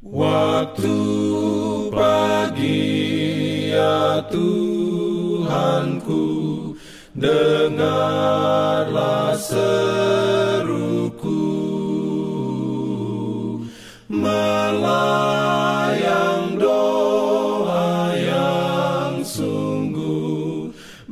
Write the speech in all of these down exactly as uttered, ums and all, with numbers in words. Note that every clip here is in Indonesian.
Waktu pagi ya Tuhanku, dengarlah seruku, melayang doa yang sungguh,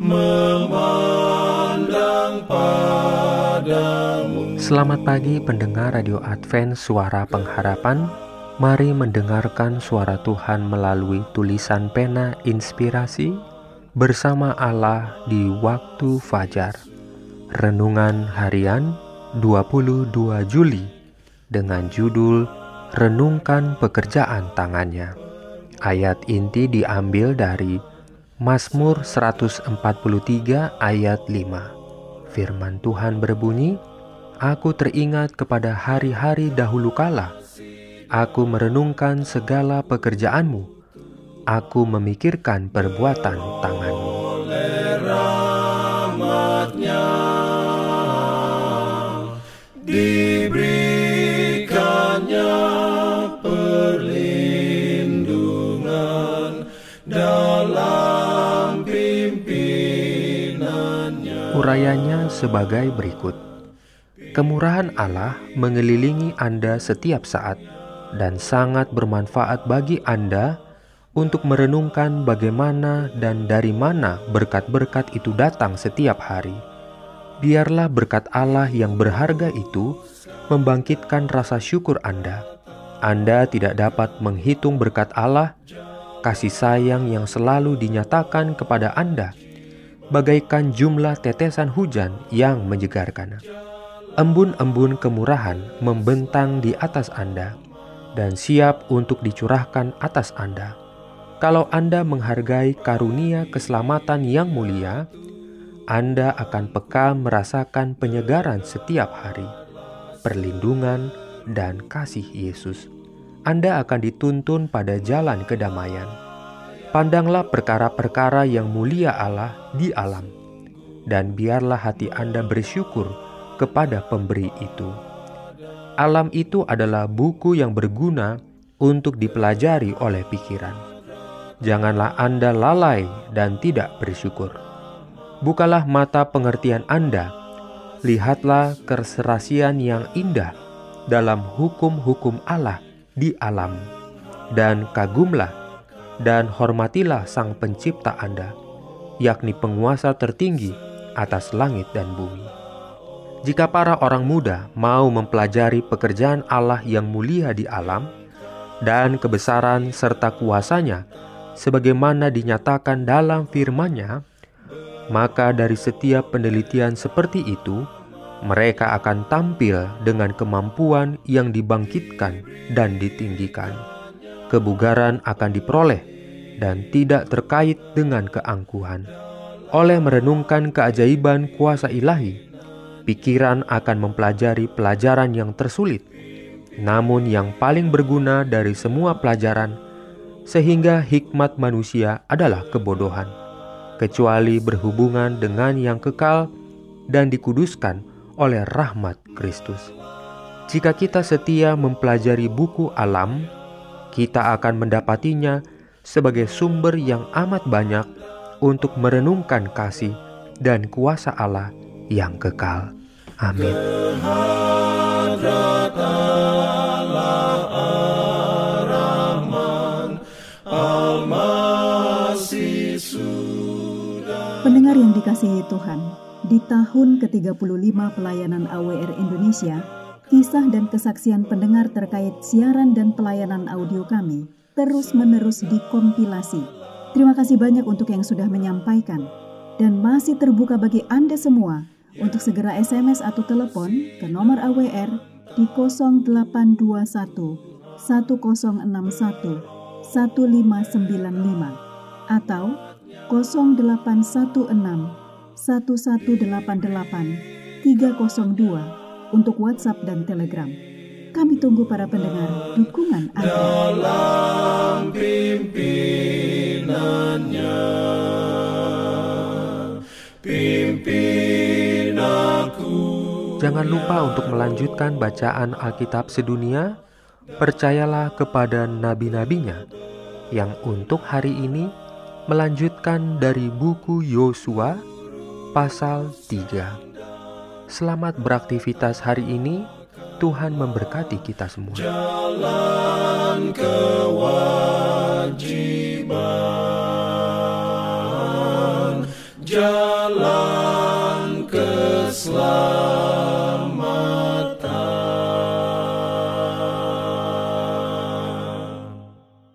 memandang padamu. Selamat pagi pendengar Radio Advent Suara Pengharapan. Mari mendengarkan suara Tuhan melalui tulisan pena inspirasi bersama Allah di waktu fajar. Renungan harian dua puluh dua Juli dengan judul Renungkan Pekerjaan Tangannya. Ayat inti diambil dari Mazmur seratus empat puluh tiga ayat lima. Firman Tuhan berbunyi, "Aku teringat kepada hari-hari dahulu kala. Aku merenungkan segala pekerjaanmu. Aku memikirkan perbuatan tanganmu." Oleh rahmat-Nya diberikannya perlindungan dalam pimpinannya. Urayanya sebagai berikut. Kemurahan Allah mengelilingi Anda setiap saat dan sangat bermanfaat bagi Anda untuk merenungkan bagaimana dan dari mana berkat-berkat itu datang setiap hari. Biarlah berkat Allah yang berharga itu membangkitkan rasa syukur Anda. Anda tidak dapat menghitung berkat Allah, kasih sayang yang selalu dinyatakan kepada Anda, bagaikan jumlah tetesan hujan yang menyegarkan. Embun-embun kemurahan membentang di atas Anda dan siap untuk dicurahkan atas Anda. Kalau Anda menghargai karunia keselamatan yang mulia, Anda akan peka merasakan penyegaran setiap hari, perlindungan dan kasih Yesus. Anda akan dituntun pada jalan kedamaian. Pandanglah perkara-perkara yang mulia Allah di alam, dan biarlah hati Anda bersyukur kepada pemberi itu. Alam itu adalah buku yang berguna untuk dipelajari oleh pikiran. Janganlah Anda lalai dan tidak bersyukur. Bukalah mata pengertian Anda. Lihatlah keserasian yang indah dalam hukum-hukum Allah di alam. Dan kagumlah dan hormatilah Sang Pencipta Anda, yakni penguasa tertinggi atas langit dan bumi. Jika para orang muda mau mempelajari pekerjaan Allah yang mulia di alam dan kebesaran serta kuasanya sebagaimana dinyatakan dalam firman-Nya, maka dari setiap penelitian seperti itu, mereka akan tampil dengan kemampuan yang dibangkitkan dan ditinggikan. Kebugaran akan diperoleh dan tidak terkait dengan keangkuhan. Oleh merenungkan keajaiban kuasa ilahi, pikiran akan mempelajari pelajaran yang tersulit, namun yang paling berguna dari semua pelajaran, sehingga hikmat manusia adalah kebodohan, kecuali berhubungan dengan yang kekal dan dikuduskan oleh rahmat Kristus. Jika kita setia mempelajari buku alam, kita akan mendapatinya sebagai sumber yang amat banyak untuk merenungkan kasih dan kuasa Allah yang kekal. Amin. Pendengar yang dikasihi Tuhan, di tahun ke tiga puluh lima pelayanan A W R Indonesia, kisah dan kesaksian pendengar terkait siaran dan pelayanan audio kami terus-menerus dikompilasi. Terima kasih banyak untuk yang sudah menyampaikan, dan masih terbuka bagi Anda semua untuk segera S M S atau telepon ke nomor A W R di nol delapan dua satu satu nol enam satu satu lima sembilan lima atau nol delapan satu enam satu satu delapan delapan tiga nol dua untuk WhatsApp dan Telegram. Kami tunggu para pendengar dukungan Anda. Dalam pimpinannya, pimpin aku. Jangan lupa untuk melanjutkan bacaan Alkitab sedunia. percayalah kepada nabi-nabinya yang untuk hari ini melanjutkan dari buku Yosua pasal tiga. Selamat beraktivitas hari ini. Tuhan memberkati kita semua. Jalan kewajiban, jalan keselamatan.